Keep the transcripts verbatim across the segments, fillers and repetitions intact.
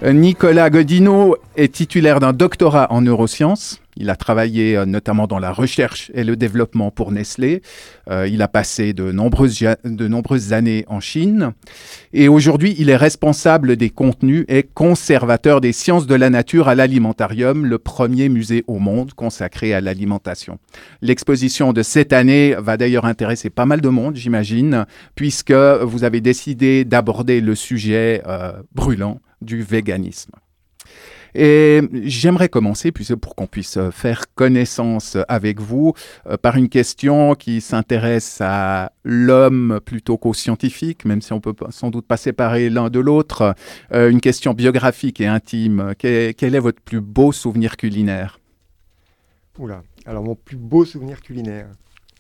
Nicolas Godino est titulaire d'un doctorat en neurosciences. Il a travaillé euh, notamment dans la recherche et le développement pour Nestlé. Euh, il a passé de nombreuses, de nombreuses années en Chine. Et aujourd'hui, il est responsable des contenus et conservateur des sciences de la nature à l'Alimentarium, le premier musée au monde consacré à l'alimentation. L'exposition de cette année va d'ailleurs intéresser pas mal de monde, j'imagine, puisque vous avez décidé d'aborder le sujet euh, brûlant du véganisme. Et j'aimerais commencer, puisque pour qu'on puisse faire connaissance avec vous, euh, par une question qui s'intéresse à l'homme plutôt qu'aux scientifiques, même si on peut sans doute pas séparer l'un de l'autre. Euh, une question biographique et intime. Quel, quel est votre plus beau souvenir culinaire ? Oula, alors mon plus beau souvenir culinaire.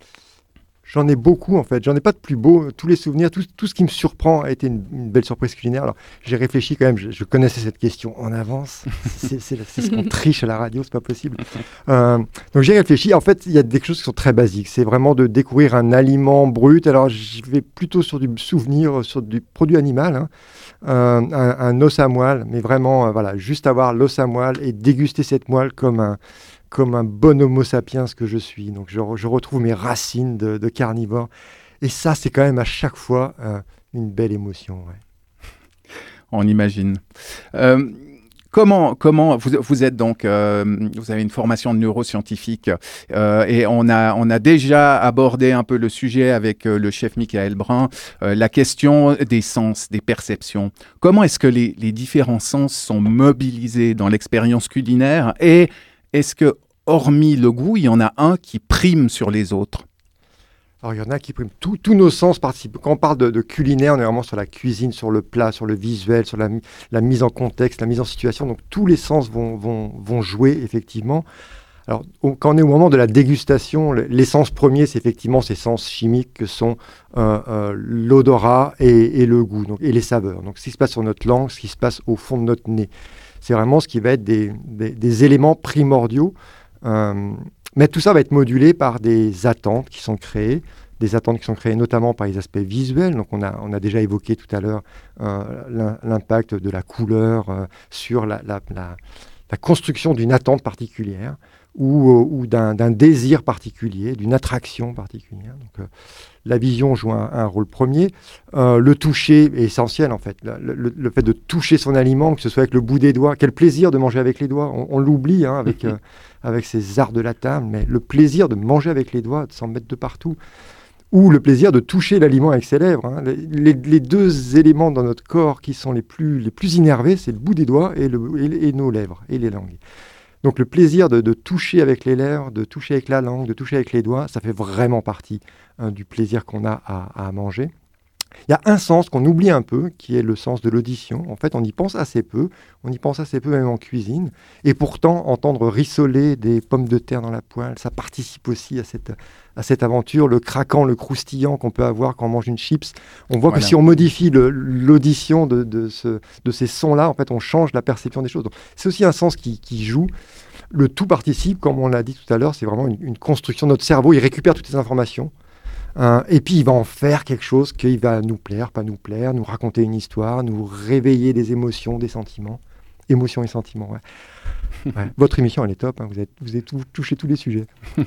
J'en ai beaucoup en fait, j'en ai pas de plus beau. Tous les souvenirs, tout, tout ce qui me surprend a été une, une belle surprise culinaire. Alors j'ai réfléchi quand même, je, je connaissais cette question en avance. C'est, c'est, c'est ce qu'on triche à la radio, c'est pas possible. Euh, donc j'ai réfléchi. En fait, il y a des choses qui sont très basiques. C'est vraiment de découvrir un aliment brut. Alors je vais plutôt sur du souvenir, sur du produit animal, hein. euh, un, un os à moelle, mais vraiment, euh, voilà, juste avoir l'os à moelle et déguster cette moelle comme un comme un bon homo sapiens que je suis. Donc je, je retrouve mes racines de, de carnivore. Et ça, c'est quand même à chaque fois euh, une belle émotion. Ouais. On imagine. Euh, comment, comment vous, vous êtes donc, euh, vous avez une formation de neuroscientifique euh, et on a, on a déjà abordé un peu le sujet avec euh, le chef Michael Brun, euh, la question des sens, des perceptions. Comment est-ce que les, les différents sens sont mobilisés dans l'expérience culinaire et est-ce que, hormis le goût, il y en a un qui prime sur les autres ? Alors, il y en a qui priment. Tous, tous nos sens participent. Quand on parle de, de culinaire, on est vraiment sur la cuisine, sur le plat, sur le visuel, sur la, la mise en contexte, la mise en situation. Donc, tous les sens vont, vont, vont jouer, effectivement. Alors, on, quand on est au moment de la dégustation, l'essence premier, c'est effectivement ces sens chimiques que sont euh, euh, l'odorat et, et le goût, donc, et les saveurs. Donc, ce qui se passe sur notre langue, ce qui se passe au fond de notre nez. C'est vraiment ce qui va être des, des, des éléments primordiaux. Euh, mais tout ça va être modulé par des attentes qui sont créées, des attentes qui sont créées notamment par les aspects visuels. Donc on a, on a déjà évoqué tout à l'heure euh, l'impact de la couleur euh, sur la, la, la, la construction d'une attente particulière ou, euh, ou d'un, d'un désir particulier, d'une attraction particulière. Donc, euh, la vision joue un, un rôle premier. Euh, le toucher est essentiel, en fait. Le, le, le fait de toucher son aliment, que ce soit avec le bout des doigts. Quel plaisir de manger avec les doigts. On, on l'oublie hein, avec, euh, avec ces arts de la table. Mais le plaisir de manger avec les doigts, de s'en mettre de partout. Ou le plaisir de toucher l'aliment avec ses lèvres. Hein. Les, les, les deux éléments dans notre corps qui sont les plus, les plus innervés, c'est le bout des doigts et, le, et, et nos lèvres et les langues. Donc le plaisir de, de toucher avec les lèvres, de toucher avec la langue, de toucher avec les doigts, ça fait vraiment partie hein, du plaisir qu'on a à, à manger. Il y a un sens qu'on oublie un peu, qui est le sens de l'audition. En fait, on y pense assez peu, on y pense assez peu même en cuisine. Et pourtant, entendre rissoler des pommes de terre dans la poêle, ça participe aussi à cette, à cette aventure, le craquant, le croustillant qu'on peut avoir quand on mange une chips. On voit voilà. que si on modifie le, l'audition de, de, ce, de ces sons-là, en fait, on change la perception des choses. Donc, c'est aussi un sens qui, qui joue. Le tout participe, comme on l'a dit tout à l'heure, c'est vraiment une, une construction de notre cerveau. Il récupère toutes ces informations. Euh, et puis il va en faire quelque chose qui va nous plaire, pas nous plaire, nous raconter une histoire, nous réveiller des émotions, des sentiments. Émotions et sentiments, ouais. ouais. Votre émission, elle est top, hein. Vous avez, vous avez tout, touché tous les sujets.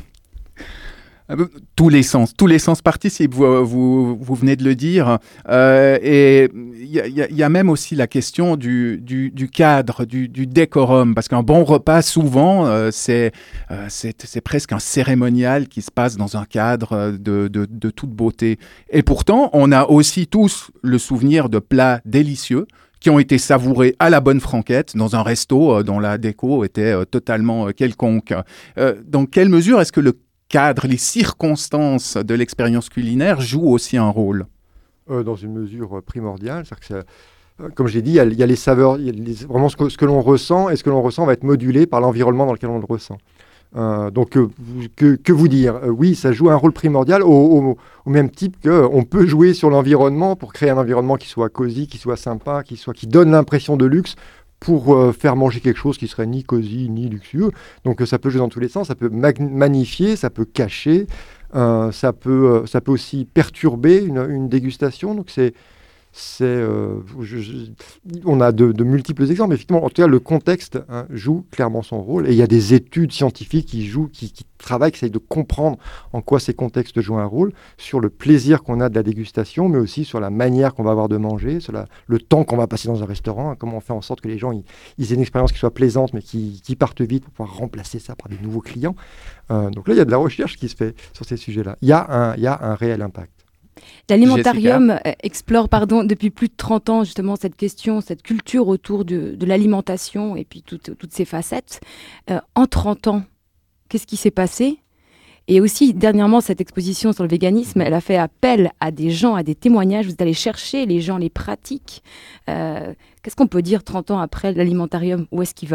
Tous les sens, tous les sens participent, vous, vous, vous venez de le dire. Euh, et il y, y, y a même aussi la question du, du, du cadre, du, du décorum, parce qu'un bon repas, souvent, euh, c'est, euh, c'est, c'est presque un cérémonial qui se passe dans un cadre de, de, de toute beauté. Et pourtant, on a aussi tous le souvenir de plats délicieux qui ont été savourés à la bonne franquette dans un resto euh, dont la déco était euh, totalement euh, quelconque. Euh, dans quelle mesure est-ce que le cadre, les circonstances de l'expérience culinaire jouent aussi un rôle ? euh, Dans une mesure primordiale. C'est-à-dire que c'est, euh, comme je l'ai dit, il y a, il y a les saveurs, il y a les, vraiment ce que, ce que l'on ressent, et ce que l'on ressent va être modulé par l'environnement dans lequel on le ressent. Euh, donc, euh, que, que vous dire euh, Oui, ça joue un rôle primordial, au, au, au même type qu'on peut jouer sur l'environnement pour créer un environnement qui soit cosy, qui soit sympa, qui, soit, qui donne l'impression de luxe, pour euh, faire manger quelque chose qui serait ni cosy ni luxueux. Donc euh, ça peut jouer dans tous les sens, ça peut mag- magnifier, ça peut cacher, euh, ça, peut, euh, ça peut aussi perturber une, une dégustation. Donc c'est, c'est, euh, je, je, on a de, de multiples exemples. Effectivement, en tout cas, le contexte hein, joue clairement son rôle. Et il y a des études scientifiques qui jouent, qui, qui travaillent, qui essayent de comprendre en quoi ces contextes jouent un rôle, sur le plaisir qu'on a de la dégustation, mais aussi sur la manière qu'on va avoir de manger, sur la, le temps qu'on va passer dans un restaurant, hein, comment on fait en sorte que les gens ils, ils aient une expérience qui soit plaisante, mais qui, qui partent vite pour pouvoir remplacer ça par des nouveaux clients. Euh, donc là, il y a de la recherche qui se fait sur ces sujets-là. Il y a un, il y a un réel impact. L'Alimentarium Jessica. explore pardon, depuis plus de trente ans justement cette question, cette culture autour de, de l'alimentation et puis toutes, toutes ces facettes. Euh, en trente ans, qu'est-ce qui s'est passé ? Et aussi, dernièrement, cette exposition sur le véganisme, elle a fait appel à des gens, à des témoignages. Vous êtes allé chercher les gens, les pratiques. Euh, qu'est-ce qu'on peut dire trente ans après l'Alimentarium ? Où est-ce qu'il va ?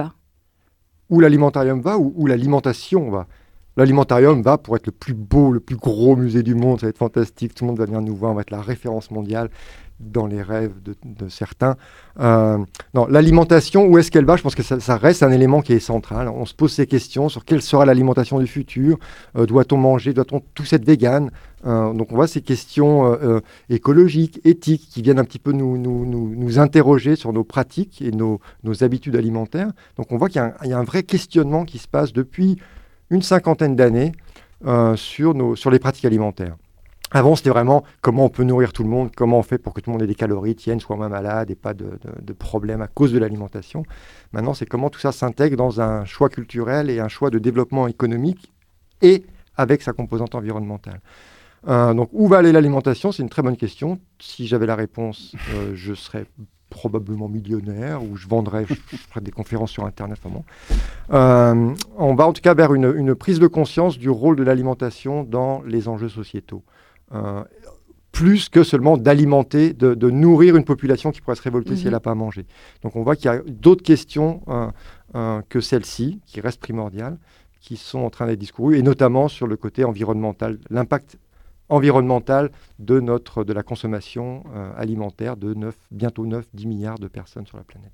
Où l'Alimentarium va, ou où l'alimentation va. L'Alimentarium va pour être le plus beau, le plus gros musée du monde. Ça va être fantastique. Tout le monde va venir nous voir. On va être la référence mondiale dans les rêves de, de certains. Euh, non, l'alimentation, où est-ce qu'elle va ? Je pense que ça, ça reste un élément qui est central. On se pose ces questions sur quelle sera l'alimentation du futur. Euh, doit-on manger ? Doit-on tous être vegan ? euh, Donc on voit ces questions euh, euh, écologiques, éthiques, qui viennent un petit peu nous, nous, nous, nous interroger sur nos pratiques et nos, nos habitudes alimentaires. Donc on voit qu'il y a, un, il y a un vrai questionnement qui se passe depuis une cinquantaine d'années euh, sur, nos, sur les pratiques alimentaires. Avant, c'était vraiment comment on peut nourrir tout le monde, comment on fait pour que tout le monde ait des calories, tienne, soit moins malade et pas de, de, de problème à cause de l'alimentation. Maintenant, c'est comment tout ça s'intègre dans un choix culturel et un choix de développement économique et avec sa composante environnementale. Euh, donc, où va aller l'alimentation ? C'est une très bonne question. Si j'avais la réponse, euh, je serais probablement millionnaire ou je vendrais, je, je ferais des conférences sur Internet. Enfin bon. euh, on va en tout cas vers une, une prise de conscience du rôle de l'alimentation dans les enjeux sociétaux. Euh, plus que seulement d'alimenter, de, de nourrir une population qui pourrait se révolter mmh. si elle n'a pas à manger. Donc on voit qu'il y a d'autres questions euh, euh, que celle-ci, qui restent primordiales, qui sont en train d'être discourues, et notamment sur le côté environnemental, l'impact environnemental de, notre, de la consommation euh, alimentaire de neuf, bientôt neuf à dix milliards de personnes sur la planète.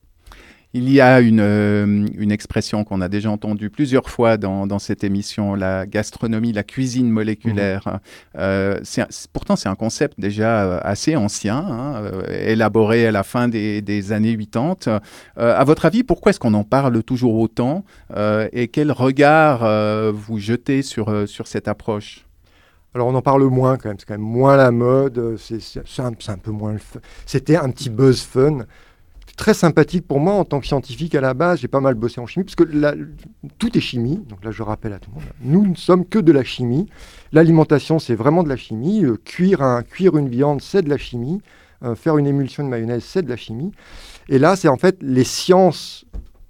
Il y a une, euh, une expression qu'on a déjà entendue plusieurs fois dans, dans cette émission, la gastronomie, la cuisine moléculaire. Mmh. Euh, c'est, pourtant, c'est un concept déjà assez ancien, hein, euh, élaboré à la fin des, des années quatre-vingt-dix. Euh, à votre avis, pourquoi est-ce qu'on en parle toujours autant euh, et quel regard euh, vous jetez sur, euh, sur cette approche ? Alors on en parle moins quand même, c'est quand même moins la mode, c'est, c'est, c'est, un, c'est un peu moins le fun. C'était un petit buzz fun. Très sympathique pour moi en tant que scientifique à la base. J'ai pas mal bossé en chimie parce que la, tout est chimie. Donc là, je rappelle à tout le monde, nous ne sommes que de la chimie. L'alimentation, c'est vraiment de la chimie. Euh, cuire, un, cuire une viande, c'est de la chimie. Euh, faire une émulsion de mayonnaise, c'est de la chimie. Et là, c'est en fait les sciences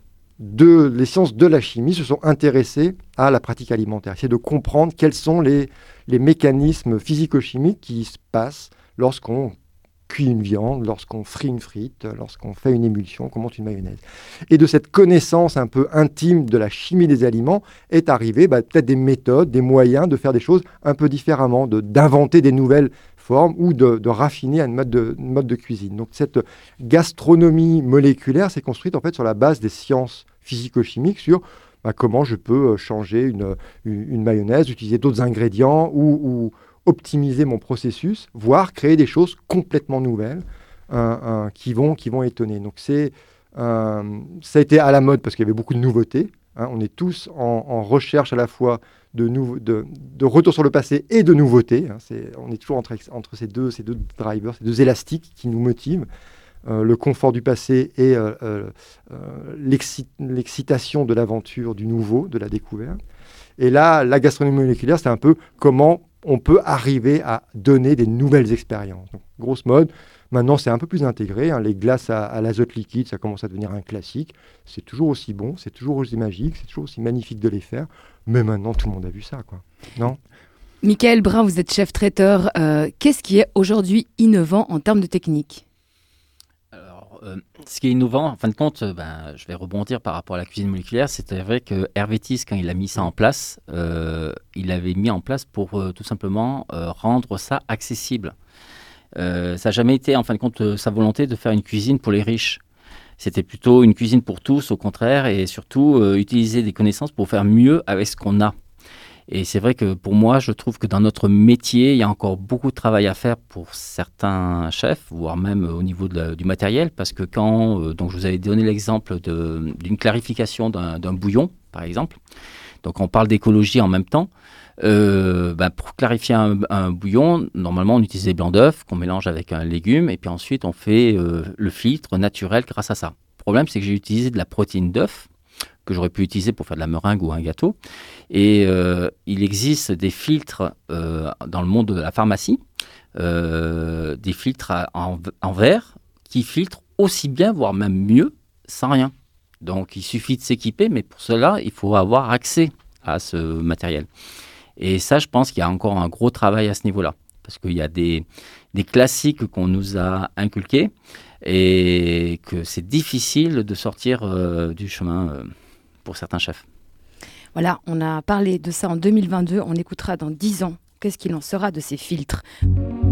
de, les sciences de la chimie se sont intéressées à la pratique alimentaire. C'est de comprendre quels sont les, les mécanismes physico-chimiques qui se passent lorsqu'on cuit une viande, lorsqu'on frit une frite, lorsqu'on fait une émulsion, qu'on monte une mayonnaise. Et de cette connaissance un peu intime de la chimie des aliments est arrivé bah, peut-être des méthodes, des moyens de faire des choses un peu différemment, de, d'inventer des nouvelles formes ou de, de raffiner un mode de, une mode de cuisine. Donc cette gastronomie moléculaire s'est construite en fait sur la base des sciences physico-chimiques sur bah, comment je peux changer une, une, une mayonnaise, utiliser d'autres ingrédients ou, ou optimiser mon processus, voire créer des choses complètement nouvelles euh, euh, qui, vont, qui vont étonner. Donc c'est, euh, ça a été à la mode parce qu'il y avait beaucoup de nouveautés. Hein. On est tous en, en recherche à la fois de, nou- de, de retour sur le passé et de nouveautés. Hein. C'est, on est toujours entre, entre ces, deux, ces deux drivers, ces deux élastiques qui nous motivent. Euh, le confort du passé et euh, euh, euh, l'exci- l'excitation de l'aventure, du nouveau, de la découverte. Et là, la gastronomie moléculaire, c'est un peu comment on peut arriver à donner des nouvelles expériences. Donc, grosse mode. Maintenant, c'est un peu plus intégré. Hein. Les glaces à, à l'azote liquide, ça commence à devenir un classique. C'est toujours aussi bon, c'est toujours aussi magique, c'est toujours aussi magnifique de les faire. Mais maintenant, tout le monde a vu ça, quoi. Non ? Michaël Brun, vous êtes chef traiteur. Euh, qu'est-ce qui est aujourd'hui innovant en termes de technique ? Euh, ce qui est innovant, en fin de compte, euh, ben, je vais rebondir par rapport à la cuisine moléculaire. C'est vrai que Hervétis, quand il a mis ça en place, euh, il l'avait mis en place pour euh, tout simplement euh, rendre ça accessible. Euh, ça n'a jamais été, en fin de compte, euh, sa volonté de faire une cuisine pour les riches. C'était plutôt une cuisine pour tous, au contraire, et surtout euh, utiliser des connaissances pour faire mieux avec ce qu'on a. Et c'est vrai que pour moi, je trouve que dans notre métier, il y a encore beaucoup de travail à faire pour certains chefs, voire même au niveau de la, du matériel, parce que quand, euh, donc je vous avais donné l'exemple de, d'une clarification d'un, d'un bouillon, par exemple. Donc on parle d'écologie en même temps. Euh, ben pour clarifier un, un bouillon, normalement on utilise des blancs d'œufs qu'on mélange avec un légume, et puis ensuite on fait euh, le filtre naturel grâce à ça. Le problème, c'est que j'ai utilisé de la protéine d'œuf, que j'aurais pu utiliser pour faire de la meringue ou un gâteau. Et euh, il existe des filtres euh, dans le monde de la pharmacie, euh, des filtres à, en, en verre qui filtrent aussi bien, voire même mieux, sans rien. Donc il suffit de s'équiper, mais pour cela, il faut avoir accès à ce matériel. Et ça, je pense qu'il y a encore un gros travail à ce niveau-là, parce qu'il y a des, des classiques qu'on nous a inculqués et que c'est difficile de sortir euh, du chemin euh, pour certains chefs. Voilà, on a parlé de ça en deux mille vingt-deux, on écoutera dans dix ans qu'est-ce qu'il en sera de ces filtres.